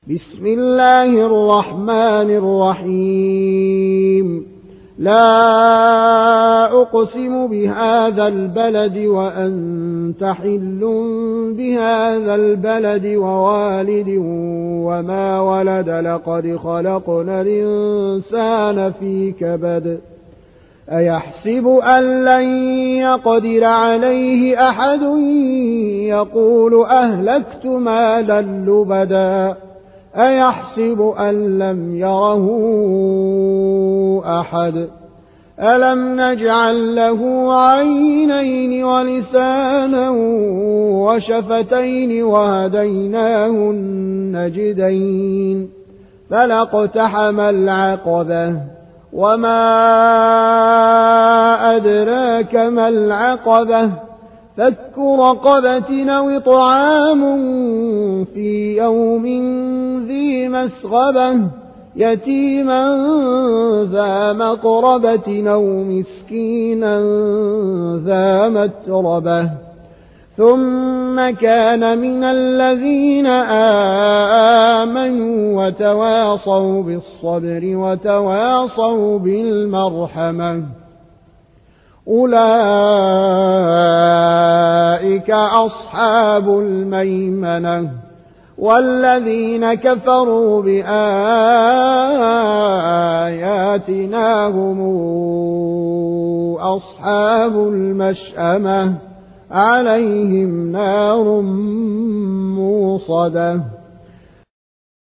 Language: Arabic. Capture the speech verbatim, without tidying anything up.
بسم الله الرحمن الرحيم لا أقسم بهذا البلد وأنت حل بهذا البلد ووالد وما ولد لقد خلقنا الإنسان في كبد أيحسب أن لن يقدر عليه أحد يقول أهلكت مالا لبدا أيحسب أن لم يره أحد ألم نجعل له عينين ولسانا وشفتين وهديناه النجدين فلاقتحم العقبة وما أدراك ما العقبة فك رقبة أو طعام في يوم ذي مسغبة يتيما ذا مقربة أو مسكينا ذا متربة ثم كان من الذين آمنوا وتواصوا بالصبر وتواصوا بالمرحمة أولئك أصحاب الميمنة والذين كفروا بآياتنا هم أصحاب المشأمة عليهم نار موصدة.